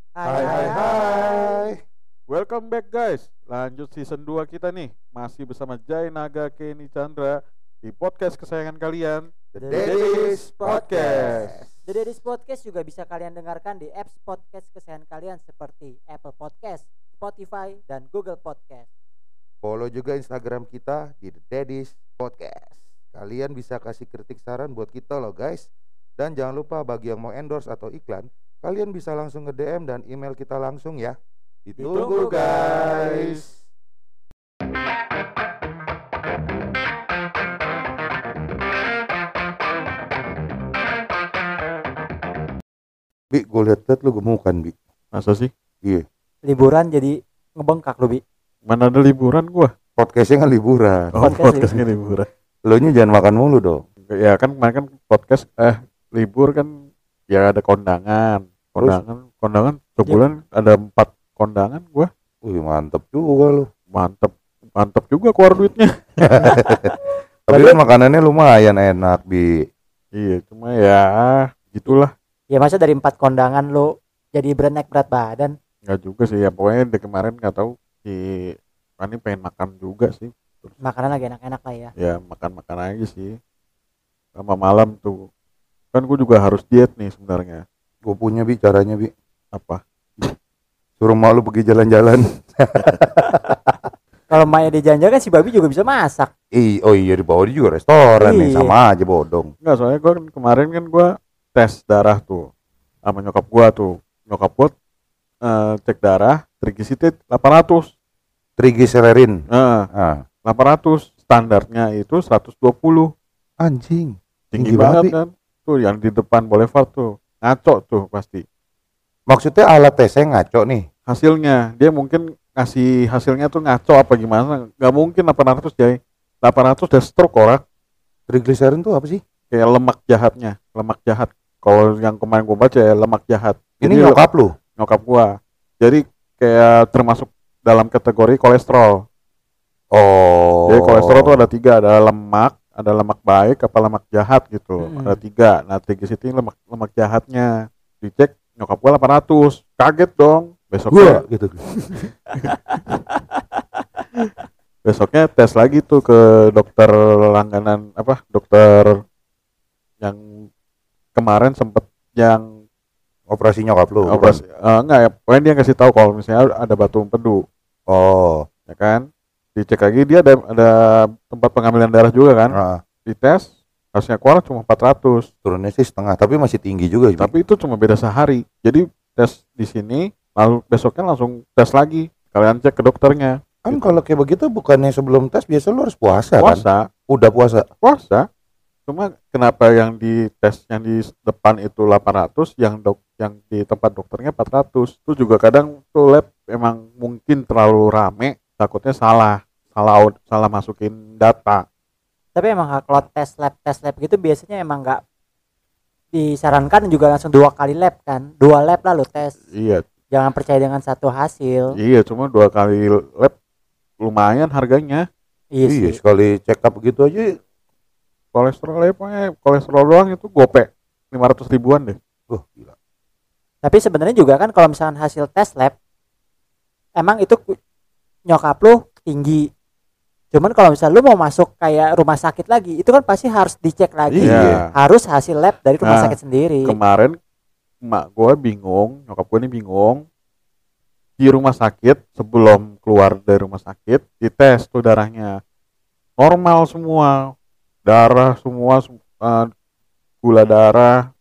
Hai hai hai. Welcome back guys. Lanjut season 2 kita nih. Masih bersama Jai Naga Kenny Chandra di podcast kesayangan kalian, The Daddies Podcast. The Daddies Podcast juga bisa kalian dengarkan di apps podcast kesayangan kalian seperti Apple Podcast, Spotify, dan Google Podcast. Follow juga Instagram kita di The Daddies Podcast. Kalian bisa kasih kritik saran buat kita loh guys. Dan jangan lupa bagi yang mau endorse atau iklan, kalian bisa langsung nge-DM dan email kita langsung ya. Ditunggu guys. Bi, gue liat-liat lu gemukan, Bi. Masa sih? Iya, Liburan jadi ngebengkak lu, Bi. Mana ada liburan gua? podcastnya kan liburan. Podcastnya liburan. Lu nya jangan makan mulu dong. Ya kan kemarin kan podcast libur kan ya ada kondangan. Kondangan sebulan ada 4 kondangan gua. Wih, mantep juga lu. Mantep juga keluar duitnya. Tapi kan makanannya lumayan enak, Bi. Iya, cuma ya gitulah. Ya masa dari 4 kondangan lu jadi berat badan. Enggak juga sih ya, pokoknya dari kemarin nggak tahu si Pani pengen makan juga sih. Makanan lagi enak-enak lah ya. Ya makan aja sih sama malam tuh kan gue juga harus diet nih sebenarnya. Gue punya, Bi, caranya, Bi. Apa? Suruh mak lu pergi jalan-jalan. Kalau Maya dijanjikan si Babi juga bisa masak. Oh iya, di bawah dia juga restoran nih, Iya. sama aja bodong. Enggak, soalnya gue kemarin kan gue tes darah tuh sama nyokap gue tuh. Nyokap gue cek darah triglyceride 800. Triglycerin. Nah, 800 standarnya itu 120. Anjing. Tinggi Tinggi banget banget, kan. Tuh yang di depan Boulevard tuh. Ngaco tuh pasti. Maksudnya alat tesnya ngaco nih. Hasilnya dia mungkin ngasih hasilnya tuh ngaco apa gimana, nggak mungkin 800 Jay. 800 udah stroke orang. Triglycerin tuh apa sih? Kayak lemak jahat. Kalau yang kemarin gua baca ya lemak jahat. Ini Jadi nyokap lu? nyokap gua, jadi kayak termasuk dalam kategori kolesterol. Oh. Jadi kolesterol tuh ada 3, ada lemak baik apa lemak jahat gitu. Ada 3. Nah triglyceride lemak jahatnya dicek nyokap gua 800. Kaget dong. Gua Besoknya gitu. besoknya tes lagi tuh ke dokter langganan, apa, dokter yang kemarin sempet yang Operasi nyokap lu. operasi, enggak ya, pokoknya dia kasih tahu kalau misalnya ada batu empedu, Oh. ya kan, dicek lagi dia ada tempat pengambilan darah juga kan, Nah, dites hasilnya keluar cuma 400, turunnya sih setengah, tapi masih tinggi juga. Bi. tapi itu cuma beda sehari, jadi tes di sini lalu besoknya langsung tes lagi, kalian cek ke dokternya. Kan kalau kayak begitu bukannya sebelum tes biasa lu harus puasa, kan? Puasa, Udah puasa. cuma kenapa yang di tes yang di depan itu 800, yang di tempat dokternya 400. Itu juga kadang tuh lab emang mungkin terlalu rame, takutnya salah masukin data. Tapi emang kalau tes lab gitu biasanya emang nggak disarankan juga langsung 2 kali lab kan. 2 lab lah lu tes. Iya, Jangan percaya dengan satu hasil. cuma 2 kali lab lumayan harganya. Iya Iya, sih. sekali check up gitu aja. Kolesterol doang itu gope 500 ribuan deh. Gila. Tapi sebenarnya juga kan kalau misalkan hasil tes lab emang itu nyokap lu tinggi. Cuman kalau misalnya lu mau masuk kayak rumah sakit lagi, itu kan pasti harus dicek lagi. Iya. Harus hasil lab dari rumah Nah, sakit sendiri. Kemarin emak gue bingung, nyokap gue ini bingung, di rumah sakit sebelum keluar dari rumah sakit dites tuh darahnya normal semua, darah semua, gula darah,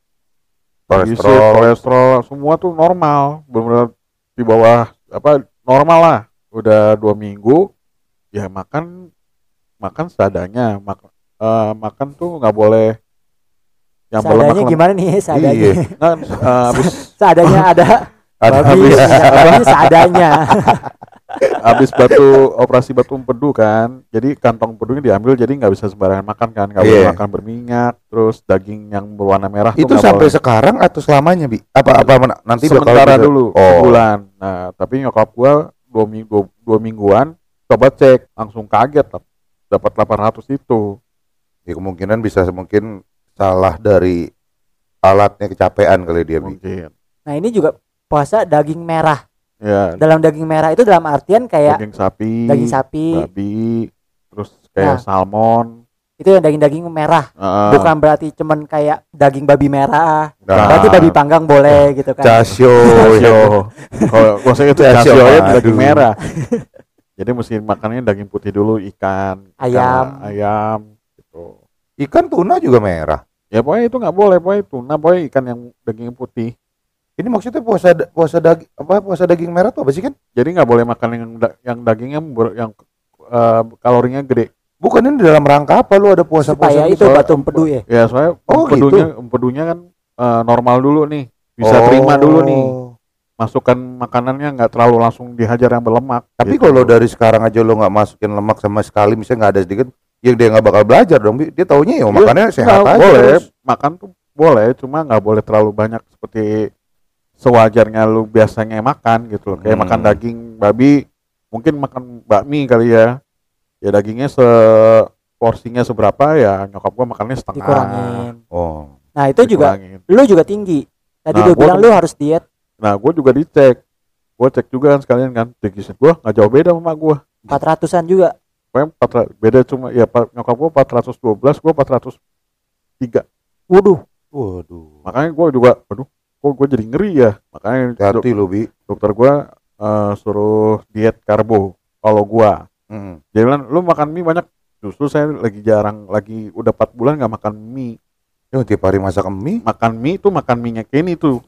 kolesterol semua tuh normal, benar-benar di bawah normal lah. Udah 2 minggu ya makan seadanya, makan tuh nggak boleh yang Seadanya gimana nih seadanya? Iya. Nggak, habis Seadanya ada babi, babi seadanya. habis operasi batu empedu kan, jadi kantong empedunya diambil, jadi nggak bisa sembarangan makan kan, nggak boleh Iya. makan berminyak, terus daging yang berwarna merah tuh Itu nggak sampai boleh. sekarang atau selamanya, Bi? Nanti bakal Sementara bisa- dulu Oh. sebulan. Nah tapi nyokap gua 2 mingguan coba cek, langsung kaget dapat 800 itu. Ya kemungkinan bisa mungkin salah dari alatnya, kecapean kali dia, Bi. Mungkin Nah ini juga puasa daging merah. Ya, Dalam daging merah itu dalam artian kayak daging sapi, babi, terus kayak salmon. Itu yang daging-daging merah. Bukan berarti cuman kayak daging babi merah. Nah. Berarti babi panggang boleh gitu kan. Casio. Kalau saya itu casio ya daging merah. Jadi mesti makannya daging putih dulu, ikan, ayam gitu. Ikan tuna juga merah. Ya pokoknya itu nggak boleh, pokoknya tuna, pokoknya ikan yang daging putih. Ini maksudnya puasa daging merah tuh apa sih kan? Jadi nggak boleh makan yang dagingnya yang kalorinya gede. Bukan, ini dalam rangka apa lu ada puasa-puasa supaya itu batu empedu ya? Ya soalnya empedunya kan normal dulu nih, bisa Oh. terima dulu nih. Masukkan makanannya nggak terlalu langsung dihajar yang berlemak. Tapi gitu. kalau dari sekarang aja lo nggak masukin lemak sama sekali, misalnya nggak ada sedikit, ya dia nggak bakal belajar dong. Dia taunya ya makannya sehat aja. Boleh, terus. makan tuh boleh, cuma nggak boleh terlalu banyak seperti sewajarnya lu biasanya makan gitu loh. Kayak makan daging babi, mungkin makan bakmi kali ya. Ya dagingnya porsinya seberapa, ya nyokap gua makannya setengah. Dikurangin. Oh. Nah itu Dikurangin. juga lu juga tinggi. Tadi Nah, lu gua bilang lu harus diet. Nah, gue juga dicek. Gue cek juga kan sekalian kan. Degisit gue nggak jauh beda sama gue. 400-an juga. Pokoknya beda cuma ya nyokap gue 412, gue 403. Waduh. Makanya gue juga, aduh, kok gue jadi ngeri ya. Makanya Hati lo, Bi. dokter gue suruh diet karbo. Kalau gue, dia bilang lu makan mie banyak. Justru saya lagi udah 4 bulan nggak makan mie. Ya tiap hari masak mie. Makan mie tuh makan minyak Kenny tuh.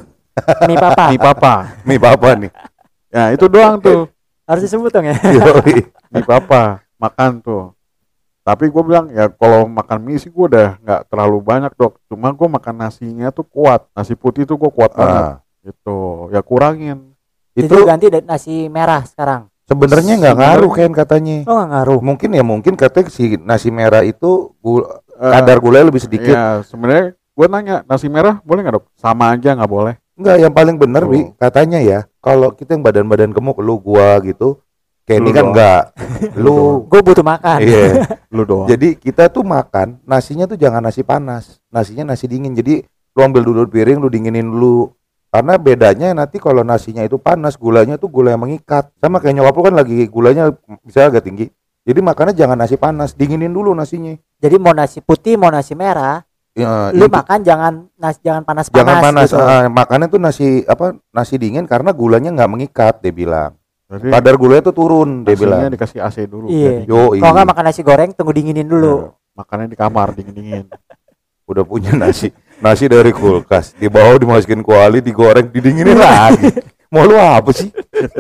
Mie papa. Mie papa. Mie apa nih? Ya itu doang tuh. Harus disebut dong ya. Mie papa makan tuh. Tapi gue bilang ya kalau makan mie sih gue udah nggak terlalu banyak dok. Cuma gue makan nasinya tuh kuat. Nasi putih tuh gue kuat banget. Gitu. Ya kurangin. Itu ganti nasi merah sekarang. Sebenarnya nggak ngaruh kan katanya. Oh nggak ngaruh. Mungkin katanya si nasi merah itu kadar gulanya lebih sedikit. Ya sebenarnya gue nanya nasi merah boleh nggak dok? Sama aja nggak boleh. Enggak, yang paling benar Bi, katanya ya, kalau kita yang badan-badan gemuk, lu gua gitu, Kenny kan enggak. Gue butuh makan. Iya. Lu doang. Jadi kita tuh makan, nasinya tuh jangan nasi panas, nasinya nasi dingin. Jadi lu ambil dulu piring, lu dinginin dulu. Karena bedanya nanti kalau nasinya itu panas, gulanya tuh gula yang mengikat. Sama kayak nyokap lu kan lagi gulanya bisa agak tinggi. Jadi makannya jangan nasi panas, dinginin dulu nasinya. Jadi mau nasi putih, mau nasi merah, lu makan jangan panas-panas. Jangan panas, gitu. makannya tuh nasi dingin karena gulanya nggak mengikat, dia bilang. Berarti Kadar gulanya tuh turun, dia bilang. dikasih AC dulu. Iya. Jadi, Kalau nggak makan nasi goreng, tunggu dinginin dulu. makannya di kamar dingin-dingin. Udah punya nasi dari kulkas, dibawa dimasukin kuali, digoreng, didinginin lagi. Mau lu apa sih?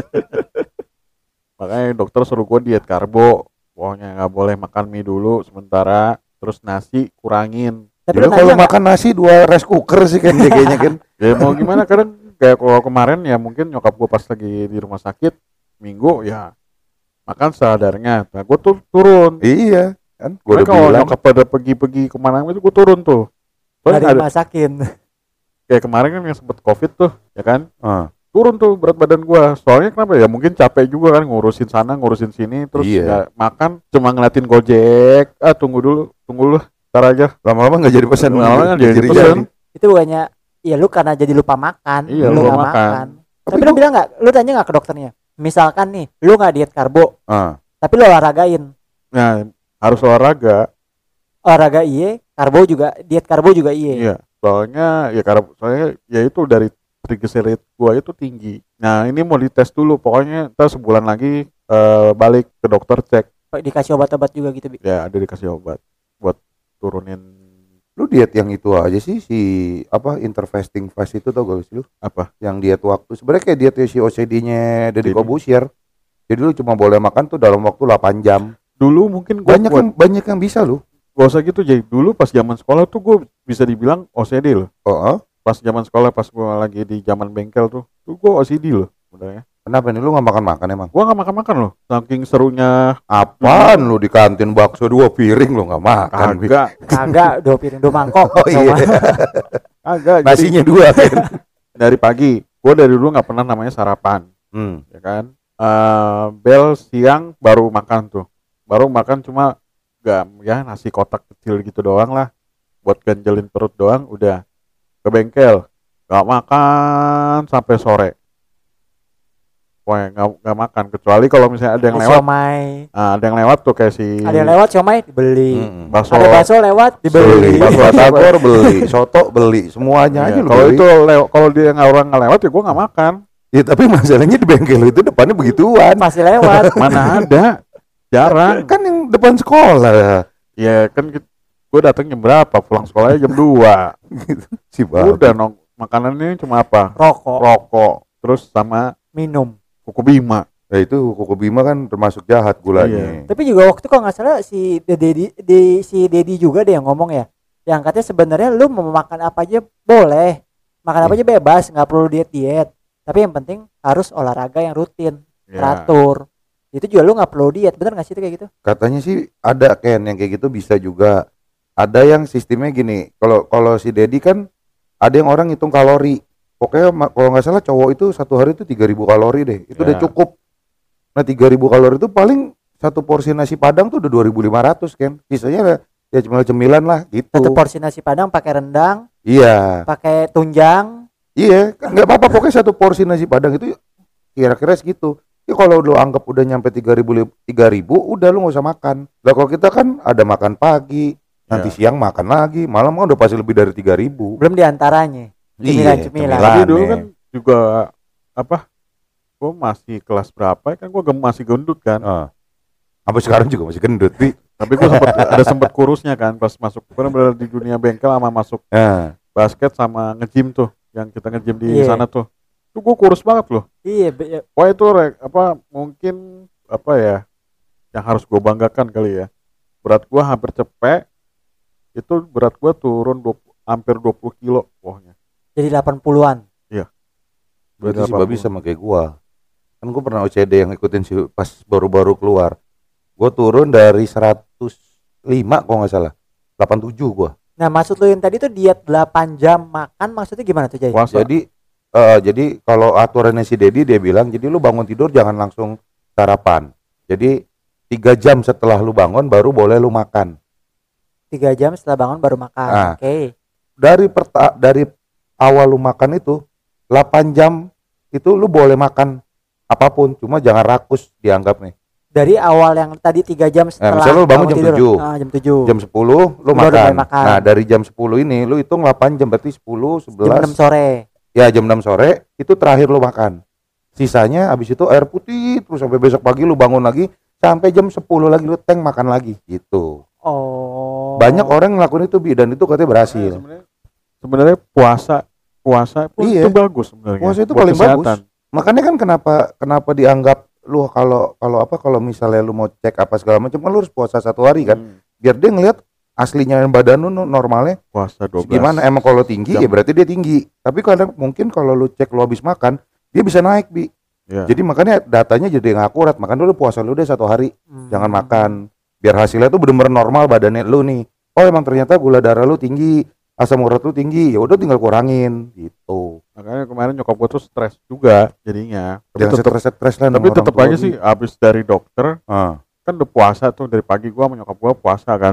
Makanya dokter suruh gue diet karbo. Pokoknya nggak boleh makan mie dulu sementara. Terus nasi kurangin. Tapi Ya, kalau makan nasi 2 rice cooker sih kan kayaknya kan. Ya mau gimana, kadang kayak kalau kemarin ya mungkin nyokap gue pas lagi di rumah sakit minggu ya makan seadarnya. Nah gue tuh turun. Iya kan, gue udah kalau bilang. nyokap pada pergi kemana itu gue turun tuh. Dari masakin. Kayak kemarin kan yang sempet covid tuh ya kan. turun tuh berat badan gua. Soalnya kenapa ya? Mungkin capek juga kan ngurusin sana, ngurusin sini, terus nggak makan, cuma ngeliatin Gojek. Tunggu dulu, ntar aja. Lama-lama nggak jadi pesan. Lama-lama nggak jadi pesan. Itu bukannya, ya lu karena jadi lupa makan. Iya, lu lupa nggak makan. Tapi lu bilang nggak? Lu tanya nggak ke dokternya? Misalkan nih, lu nggak diet karbo, tapi lu olahragain. Nah, harus olahraga. Olahraga iye, karbo juga, diet karbo juga iye. Iya, soalnya ya itu dari triglycerid gua itu tinggi. Nah ini mau dites dulu, pokoknya ntar sebulan lagi balik ke dokter cek. Dikasih obat-obat juga gitu, Bi? Ya ada dikasih obat buat turunin. Lu diet yang itu aja sih, si interfasting fast itu tau gak sih lu? Apa? Yang diet waktu, sebenarnya kayak diet si OCD-nya Deddy Corbuzier. Jadi lu cuma boleh makan tuh dalam waktu 8 jam. Dulu mungkin gua banyak yang bisa lu. Gak usah gitu, jadi dulu pas zaman sekolah tuh gue bisa dibilang OCD loh. Pas zaman sekolah, pas gue lagi di zaman bengkel tuh gue OCD loh sebenarnya. Kenapa nih lu nggak makan emang? Gue nggak makan loh, saking serunya. Apaan lu di kantin bakso 2 piring lu nggak makan? Kagak 2 piring 2 mangkok. Oh iya. Agak. Nasinya 2 kan. Dari pagi, gue dari dulu nggak pernah namanya sarapan, ya kan? Bel siang baru makan cuma ya nasi kotak kecil gitu doang lah, buat ganjelin perut doang, udah ke bengkel Gak makan sampai sore. Pokoknya gak makan, kecuali kalau misalnya ada yang lewat. Siomay. Ada yang lewat tuh kayak si Ada yang lewat siomay dibeli. bakso. Ada bakso lewat dibeli. Bakso batagor beli, soto beli, semuanya aja Iya, lu kalau beli. itu kalau dia orang nggak lewat ya gue nggak makan. Ya tapi masalahnya di bengkel lu itu depannya begituan. Pasti lewat. Mana ada, jarang. Kan yang depan sekolah. Ya kan gue datang jam berapa, pulang sekolahnya jam 2. Gitu. Si Bang. Udah makanannya cuma apa? Rokok, Rokok, terus sama minum. kuku bima. Nah itu Koko Bima kan termasuk jahat gulanya. Tapi juga waktu kalau nggak salah si Dedi juga deh yang ngomong ya. Yang katanya sebenarnya lu mau makan apa aja boleh. Makan apa aja bebas, nggak perlu diet. Tapi yang penting harus olahraga yang rutin, teratur. Itu juga lu nggak perlu diet, bener nggak sih itu kayak gitu? Katanya sih ada Ken yang kayak gitu bisa juga. Ada yang sistemnya gini. Kalau si Dedi kan ada yang orang hitung kalori. Pokoknya kalau nggak salah cowok itu satu hari itu 3.000 kalori deh. Itu udah cukup. Nah 3.000 kalori itu paling satu porsi nasi padang tuh udah 2.500 kan. Sisanya ya cemilan lah gitu. Satu porsi nasi padang pakai rendang, Iya. pakai tunjang. Iya, nggak apa-apa pokoknya satu porsi nasi padang itu kira-kira segitu. Ya kalau lu anggap udah nyampe 3.000 udah lu nggak usah makan. Lah kalau kita kan ada makan pagi, nanti siang makan lagi, malam kan udah pasti lebih dari 3.000. Belum diantaranya. Cemilan. Tapi dulu kan juga apa? Gue masih kelas berapa? Kan gue masih gendut kan. Sampai sekarang juga masih gendut, Pi. Tapi gue sempat kurusnya kan pas masuk. Gue benar di dunia bengkel sama masuk basket sama nge-gym tuh, yang kita nge-gym di sana tuh. Tuh gue kurus banget loh. Iya. Wah itu mungkin apa ya? Yang harus gue banggakan kali ya. Berat gue hampir cepet. Itu berat gue turun hampir 20 kilo pokoknya. Jadi 80-an. Iya. Berarti si Babi sama kayak gua. Kan gua pernah OCD yang ikutin si pas baru-baru keluar. Gua turun dari 105 kalau nggak salah. 87 gua. Nah, maksud lu yang tadi tuh diet 8 jam makan maksudnya gimana tuh, Jay? Puasa. Jadi kalau aturannya si Dedi dia bilang, jadi lu bangun tidur jangan langsung sarapan. Jadi 3 jam setelah lu bangun baru boleh lu makan. 3 jam setelah bangun baru makan. Oke. Dari awal lu makan itu 8 jam itu lu boleh makan apapun, cuma jangan rakus dianggap nih. Dari awal yang tadi 3 jam setelah misalnya lu bangun jam 7. Jam 7. Jam 10 lu makan. Nah, dari jam 10 ini lu hitung 8 jam berarti 10, 11. Jam 6 sore. Ya, jam 6 sore itu terakhir lu makan. Sisanya habis itu air putih terus sampai besok pagi lu bangun lagi sampai jam 10 lagi lu makan lagi gitu. Oh. Banyak orang ngelakuin itu, Bi, dan itu katanya berhasil. Sebenarnya puasa pun itu bagus sebenarnya. Puasa itu paling bagus. Makanya kan kenapa dianggap lu kalau misalnya lu mau cek apa segala macam kan lu harus puasa 1 hari kan. Biar dia ngelihat aslinya badan lu normalnya puasa 12. Gimana emang kalau tinggi ya berarti dia tinggi. Tapi kadang mungkin kalau lu cek lu habis makan, dia bisa naik, Bi. Ya. Jadi makanya datanya jadi nggak akurat. Makan dulu puasa lu deh 1 hari. Jangan makan. Biar hasilnya tuh bener-bener normal badannya lu nih. Oh emang ternyata gula darah lu tinggi, asam urat lu tinggi, ya udah tinggal kurangin gitu. Makanya kemarin nyokap gue tuh stres juga jadinya. Jangan stres lah. Tapi tetap aja sih abis dari dokter kan udah puasa tuh dari pagi gua sama nyokap gua puasa kan.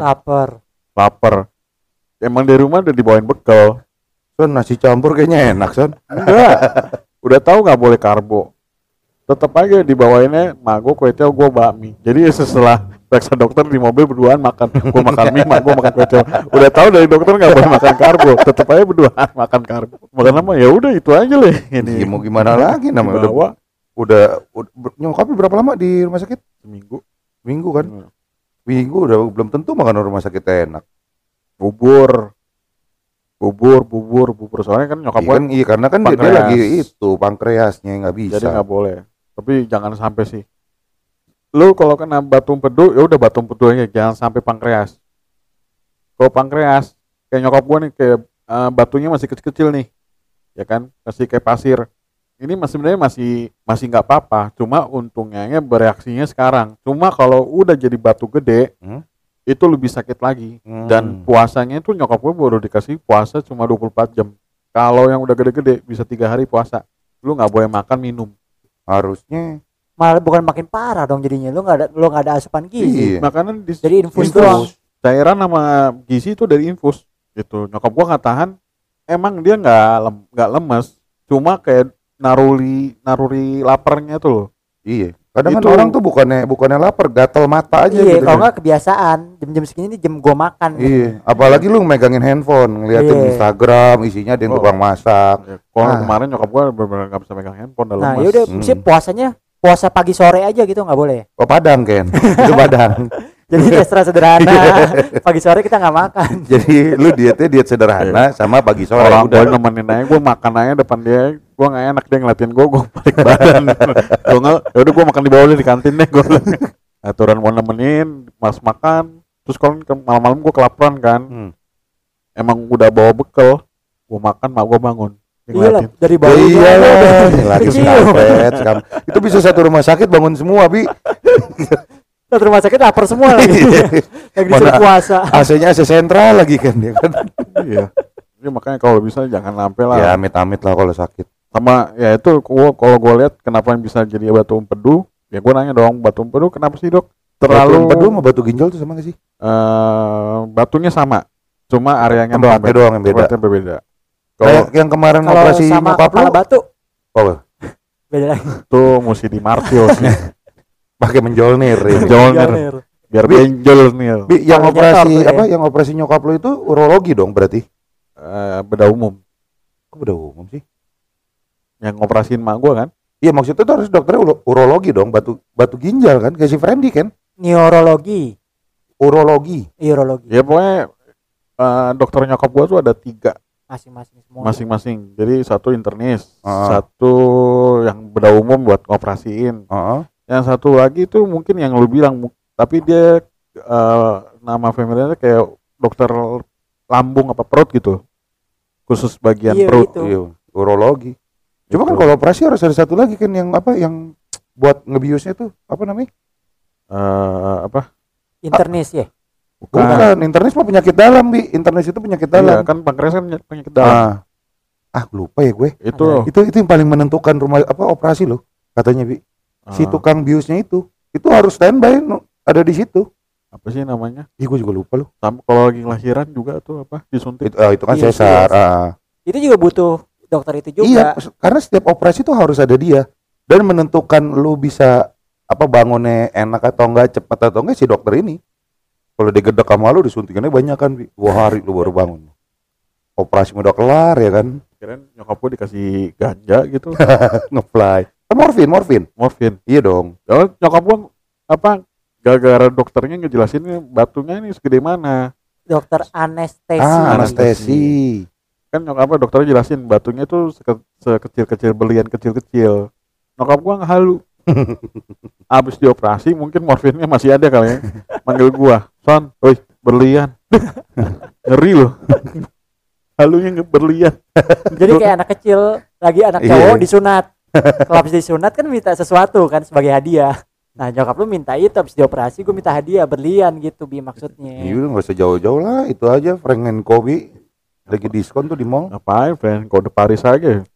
Lapar. Emang dari rumah udah dibawain bekal. Son nasi campur kayaknya enak, Son. Enggak. Udah tahu nggak boleh karbo. Tetap aja dibawainnya mak gua kue tiaw, gua bakmi. Jadi setelah periksa dokter di mobil berduaan makan. Gua makan mie, mak gua makan kue tiaw. Udah tahu dari dokter nggak boleh makan karbo. Tetap aja berduaan makan karbo. Makan apa? Ya udah itu aja lah. Ini mau gimana lagi namanya udah nyokapnya berapa lama di rumah sakit? Seminggu kan? Minggu udah belum tentu makan rumah sakit enak. Bubur soalnya kan nyokap gue iya karena kan dia lagi itu pankreasnya nggak bisa. Jadi nggak boleh. Tapi jangan sampai sih. Lu kalau kena batu empedu ya udah batu empedu aja, jangan sampai pankreas. Kalau pankreas kayak nyokap gue nih kayak batunya masih kecil-kecil nih, ya kan, masih kayak pasir. Ini sebenarnya masih nggak apa-apa. Cuma untungnya bereaksinya sekarang. Cuma kalau udah jadi batu gede, itu lebih sakit lagi. Dan puasanya itu nyokap gue baru dikasih puasa cuma 24 jam. Kalau yang udah gede-gede bisa 3 hari puasa. Lu nggak boleh makan minum. Harusnya malah bukan makin parah dong jadinya. Lu nggak ada asupan gizi. Makanan jadi infus doang. Cairan sama gizi itu dari infus. Gitu. Nyokap gue nggak tahan emang dia nggak lemes, cuma kayak naruri laparnya tuh loh. Iya. Kadang kan Itu- orang tuh bukannya lapar, gatal mata aja Iya, gitu. kalau nggak kebiasaan jam-jam segini nih jam gua makan. Iya, apalagi lu megangin handphone, ngeliatin Iya. Instagram, isinya dia Oh. tukang masak. Ya, kalau Ah. kemarin nyokap gua benar-benar nggak bisa megang handphone, udah Nah, lemes. yaudah, Hmm. mesti puasanya puasa pagi sore aja gitu nggak boleh. Oh Padang Ken, itu Padang. Jadi terserah sederhana. Iya. Pagi sore kita nggak makan. Jadi lu dietnya diet sederhana sama pagi sore Orang udah. gue nemenin aja, gue makan aja depan dia, gue nggak enak dia ngeliatin gue balik badan. Gue nggak, yaudah gue makan di bawah deh di kantin deh gue. Aturan mau nemenin, mas makan, terus kalau malam-malam gue kelaparan kan, Hmm. emang udah bawa bekal, gue makan, mak gue bangun. Dia Iya lah, ngeliatin. dari Ya bawah. iyalah, ini lagi Kecil. sekampet. Itu bisa satu rumah sakit bangun semua, Bi. Satu rumah sakit lapar semua lagi. Lagi disuruh Mana- puasa. AC-nya AC sentral lagi kan dia kan. Iya. Jadi makanya kalau bisa jangan sampai lah. Ya amit-amit lah kalau sakit. Sama ya itu kalau gue lihat kenapa yang bisa jadi batu empedu, ya gue nanya dong, batu empedu kenapa sih dok? Batu Terlalu empedu sama batu ginjal tuh sama gak sih? batunya sama, cuma areanya Tempatnya doang yang beda. tempatnya berbeda. Kayak Kalau yang kemarin Kalau operasi sama nyokap lu, kepala batu oh, beda lagi. itu mesti dimartil sih, pakai menjolnir ya. Jolnir, biar Bi- benjol nih, Bi, yang Pakai operasi nyetor tuh ya. apa? Yang operasi nyokap lu itu urologi dong berarti? beda umum. Kok udah umum sih? Yang ngoperasiin mak gue kan, Iya maksudnya tuh harus dokternya urologi dong, batu ginjal kan, kayak si Friendly kan? Neurologi, Urologi. urologi ya pokoknya dokter nyokap gue tuh ada 3 masing-masing semua. masing-masing. Jadi satu internis, Ah. satu yang beda umum buat ngoperasiin. Heeh. Yang satu lagi itu mungkin yang lu bilang, tapi dia nama familiarnya kayak dokter lambung apa perut gitu, khusus bagian Iya, perut. gitu. Iya, urologi. Cuma kan Gitu. kalau operasi harus ada satu lagi kan yang apa yang buat ngebiusnya tuh apa namanya? Apa? Internis ya. Bukan, internis mah penyakit dalam, Bi. Internis itu penyakit Iya, dalam. kan pankreas kan penyakit dalam. Lupa ya gue. Itu Itu yang paling menentukan rumah apa operasi loh, katanya, Bi. Si tukang biusnya itu harus standby ada di situ. apa sih namanya? Ih, gue juga lupa loh. Sama kalau lagi lahiran juga tuh apa? Disuntik. Itu kan Iya, sesar. iya. Ah. Itu juga butuh dokter itu Iya, juga. karena setiap operasi tuh harus ada dia dan menentukan lu bisa apa bangunnya enak atau enggak, cepat atau enggak si dokter ini. Kalau dia gedek sama lu disuntikannya banyak kan, Bi. 2 hari lu baru bangun. Operasi udah kelar ya kan. Kirain nyokap gue dikasih ganja gitu, Ngefly. Morfin. morfin. Iya dong. Ya, nyokap gue apa? Gara-gara dokternya ngejelasin nih, batunya ini segede mana. Dokter anestesi. Anestesi. Kan nyokap apa dokternya jelasin batunya itu sekecil-kecil belian kecil-kecil. Nyokap gua nggak halu. Abis dioperasi mungkin morfinnya masih ada kali ya. Manggil gua, "Son, oi, berlian." Ngeri loh. Halunya berlian. Jadi kayak anak kecil lagi anak Iya. cowok disunat. Kalau habis disunat kan minta sesuatu kan sebagai hadiah. Nah nyokap lu minta itu habis dioperasi gue minta hadiah berlian gitu Bi maksudnya. Iya udah nggak usah jauh-jauh lah, itu aja Frank and Kobe lagi diskon tuh di mall. Ngapain, friend? Kode Paris aja.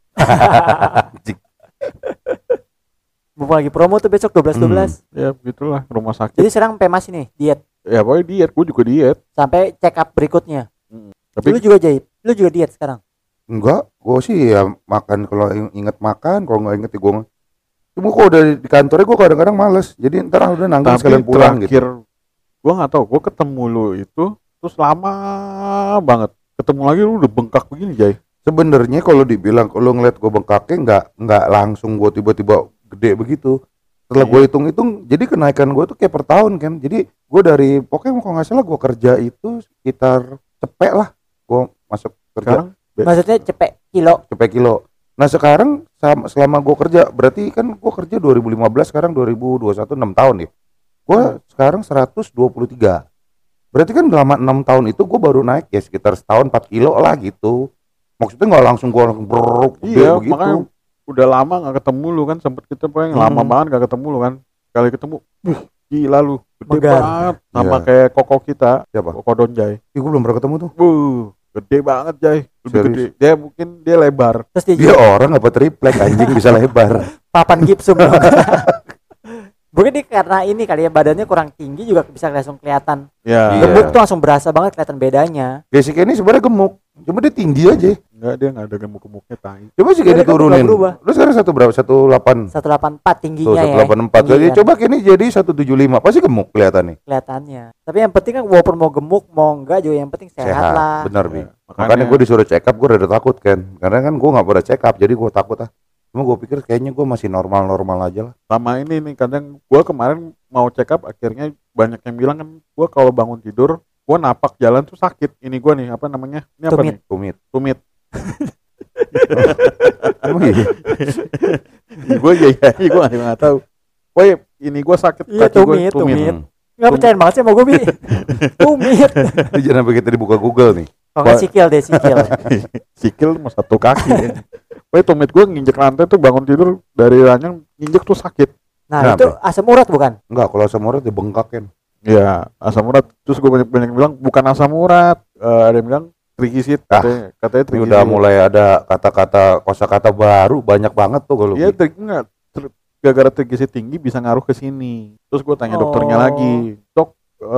Mumpung lagi promo tuh besok 12-12. Ya begitulah rumah sakit. Jadi sekarang sampai masih nih diet Ya pokoknya diet, gua juga diet. sampai check up berikutnya. Tapi Lu juga jahit. Lu juga diet sekarang. Enggak, gue sih ya makan kalau inget makan, kalau nggak inget ya gue. Cuma kok udah di kantornya gue kadang-kadang males. Jadi ntar udah nanggung tapi sekalian pulang terakhir gitu. gua nggak tahu, gua ketemu lu itu terus lama banget. Ketemu lagi lu udah bengkak begini, Jay. Sebenarnya kalau dibilang kalau ngeliat gue bengkaknya nggak langsung gue tiba-tiba gede begitu. Setelah gue hitung-hitung, jadi kenaikan gue tuh kayak per tahun kan. Jadi gue dari pokoknya kalau nggak salah gue kerja itu sekitar cepet lah. Gue masuk kerja Sekarang Maksudnya cepet kilo. cepet kilo. Nah sekarang selama gue kerja, berarti kan gue kerja 2015, sekarang 2021 6 tahun ya. Gue sekarang 123. Berarti kan selama 6 tahun itu gue baru naik ya sekitar setahun 4 kilo lah gitu. Maksudnya nggak langsung gue langsung brrrr, gede iya, begitu. makanya udah lama nggak ketemu lu kan, sempet kita pokoknya lama banget nggak ketemu lu kan. Sekali ketemu, gila lu, gede Megar. banget. Sama Iya. kayak koko kita, Siapa? koko Donjay. Ih, gue belum pernah ketemu tuh. Gede banget Jay, lebih Serius? gede. Dia mungkin dia lebar. Terus dia Dia orang apa triplek anjing bisa lebar. papan gipsum. Mungkin dia karena ini kali ya badannya kurang tinggi juga bisa langsung kelihatan. Ya. Iya. Gemuk tuh langsung berasa banget kelihatan bedanya. Jessica ini sebenarnya gemuk. Cuma dia tinggi aja. Enggak, dia enggak ada gemuk-gemuknya tai. Coba sih Dia kayak kan diturunin. nggak berubah. Lu sekarang satu berapa? 18. 184 tingginya ya. 184. Jadi Tinggi kan coba kini jadi 175. Pasti gemuk kelihatannya. kelihatannya. Tapi yang penting kan walaupun mau gemuk mau enggak juga yang penting sehat lah. Bener, Bi. Ya, Makanya gue disuruh check up, gue rada takut kan. Karena kan gue nggak pernah check up, jadi gue takut ah. Cuma gue pikir kayaknya gue masih normal-normal aja lah. sama ini nih, kadang gua kemarin mau check up, akhirnya banyak yang bilang kan gua kalau bangun tidur gua napak jalan tuh sakit. Ini gua nih apa namanya? Ini apa Tumit. nih? Tumit. Tumit. Emang iya? Gua iya gua nggak tahu. Woi, ini gua sakit Iya, kaki gua tumit. tumit. Enggak percaya banget sih sama gue, Bi. Tumit. Ini jangan sampai kita dibuka Google nih. Oh, nggak sikil deh, sikil. Sikil mau satu kaki. Woi, tumit gua nginjek lantai tuh, bangun tidur dari ranjang nginjek tuh sakit. Nah, Kenapa? itu asam urat bukan? Enggak, kalau asam urat dibengkak kan. Ya, asam urat. Terus gue banyak yang bilang bukan asam urat. Ada yang bilang trigisit, katanya Ini trigisit. udah mulai ada kata-kata kosakata baru banyak banget tuh kalau. Iya, gara-gara trigisit tinggi bisa ngaruh ke sini. Terus gue tanya dokternya Oh. lagi, dok,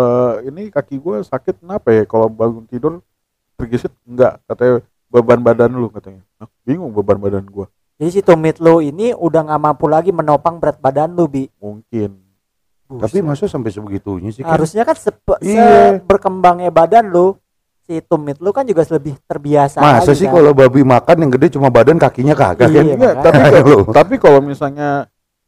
ini kaki gue sakit kenapa ya? Kalau bangun tidur trigisit enggak, katanya beban badan lu katanya. Nah, bingung beban badan gue. Jadi si tumit lo ini udah nggak mampu lagi menopang berat badan lu, Bi. Mungkin. Tapi masa sampai sebegitunya sih kan? Harusnya kan Iya. berkembangnya badan lu, si tumit lu kan juga lebih terbiasa. Masa lagi sih kan? kalau babi makan yang gede cuma badan kakinya kagak kan? Iya, Enggak, makanya. tapi kalau misalnya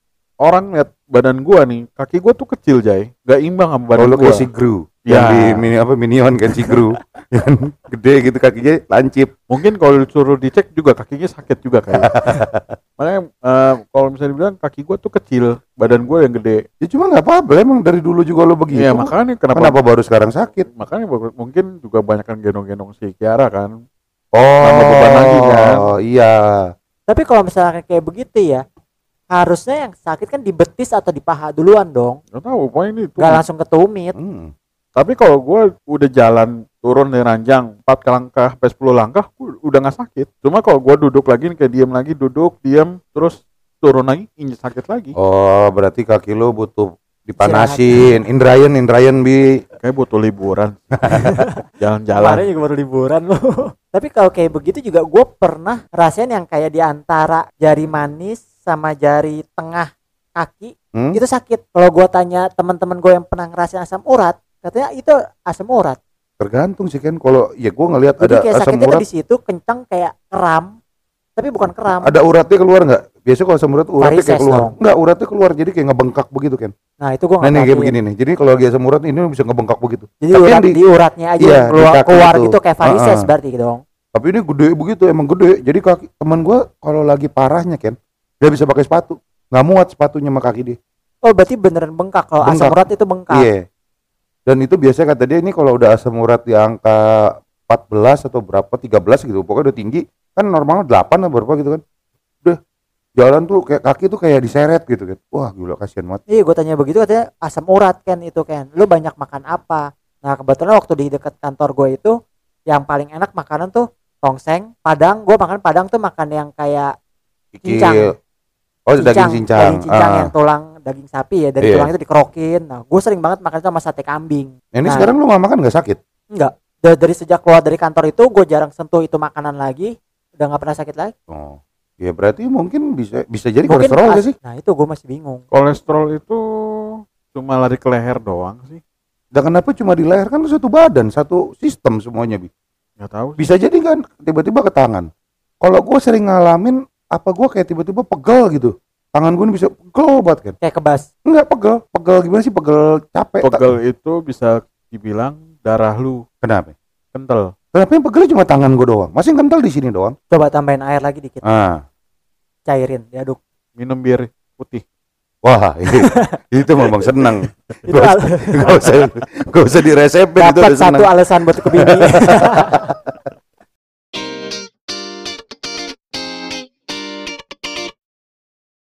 orang lihat badan gua nih, kaki gua tuh kecil, Jay. Gak imbang sama badan Kalau gua. kayak si Gru Ya. yang di Minion kan si Gru yang gede gitu kakinya lancip. Mungkin kalau disuruh dicek juga kakinya sakit juga kayaknya. Makanya kalau misalnya dibilang kaki gua tuh kecil, badan gua yang gede. Ya cuma nggak apa-apa, emang dari dulu juga lo begitu. Iya, makanya kenapa baru sekarang sakit? makanya mungkin juga banyak kan gendong-gendong si Kiara kan. Oh, Tambah beban lagi kan? Iya. Tapi kalau misalnya kayak begitu ya, harusnya yang sakit kan di betis atau di paha duluan dong. Gak tahu, pokoknya ini tuh. Gak langsung ke tumit. Tapi kalau gua udah jalan turun dari ranjang 4 langkah sampai 10 langkah gua udah nggak sakit. Cuma kalau gua duduk lagi nih, kayak diem lagi, duduk diam terus turun lagi injek sakit lagi. Oh, berarti kaki lo butuh dipanasin. Indrayan Bi. Kayak butuh liburan. Jalan-jalan. Kemarin juga baru liburan loh. Tapi kalau kayak begitu juga gue pernah rasain yang kayak di antara jari manis sama jari tengah kaki itu sakit. Kalau gue tanya teman-teman gue yang pernah ngerasain asam urat, katanya itu asam urat. Tergantung sih kan. Kalau ya gue ngelihat Jadi ada kayak asam sakitnya urat, tuh di situ kencang kayak kram, tapi bukan kram. ada uratnya keluar nggak? Biasanya kalau asam urat uratnya Varises kayak keluar. dong. Enggak, uratnya keluar jadi kayak ngebengkak begitu kan. Nah itu gue Nah, ini kayak begini nih. Jadi kalau lagi asam urat ini bisa ngebengkak begitu. Jadi Tapi urat, yang di uratnya aja iya, yang keluar, di kaki keluar itu. gitu kayak varises Ah. berarti gitu dong. Tapi ini gede begitu, emang gede. Jadi kaki teman gue kalau lagi parahnya kan, dia bisa pakai sepatu. Nggak muat sepatunya sama kaki dia. Oh berarti beneran bengkak. Kalau asam Bengkak. urat itu bengkak. Iya. Dan itu biasanya kata dia ini kalau udah asam urat di angka 14 atau berapa 13 gitu, pokoknya udah tinggi, kan normalnya 8 atau berapa gitu kan. Udah jalan tuh kayak kaki tuh kayak diseret gitu kan. Wah, gila kasihan banget. Iya gue tanya begitu katanya asam urat kan itu kan. Lu banyak makan apa? Nah kebetulan waktu di dekat kantor gue itu yang paling enak makanan tuh tongseng, padang. Gue makan padang tuh makan yang kayak cincang. Oh, daging cincang. Daging cincang yang tulang daging sapi ya, dari Iya. tulang itu dikerokin. Nah gue sering banget makan itu sama sate kambing. Ini Nah, sekarang lu nggak makan nggak sakit? enggak. Dari sejak keluar dari kantor itu gue jarang sentuh itu makanan lagi. Udah nggak pernah sakit lagi. Oh. Ya berarti mungkin bisa jadi Mungkin kolesterol nggak sih? Nah itu gue masih bingung. Kolesterol itu cuma lari ke leher doang sih. Dan kenapa cuma di leher, kan lu satu badan, satu sistem semuanya, Bi. Nggak tahu sih. Bisa jadi kan tiba-tiba ke tangan. Kalau gue sering ngalamin apa gue kayak tiba-tiba pegel gitu. Tangan gue ini bisa pegel banget kan. Kayak kebas. Enggak pegel gimana sih, pegel capek. Pegel itu bisa dibilang darah lu Kenapa? kental. Kenapa yang pegelnya cuma tangan gue doang? Masih kental di sini doang. Coba tambahin air lagi dikit. Ah. Cairin, diaduk. Minum bir putih. Wah, itu memang senang. Itu Gak usah diresepin itu dapat udah satu senang. alasan buat ke bini.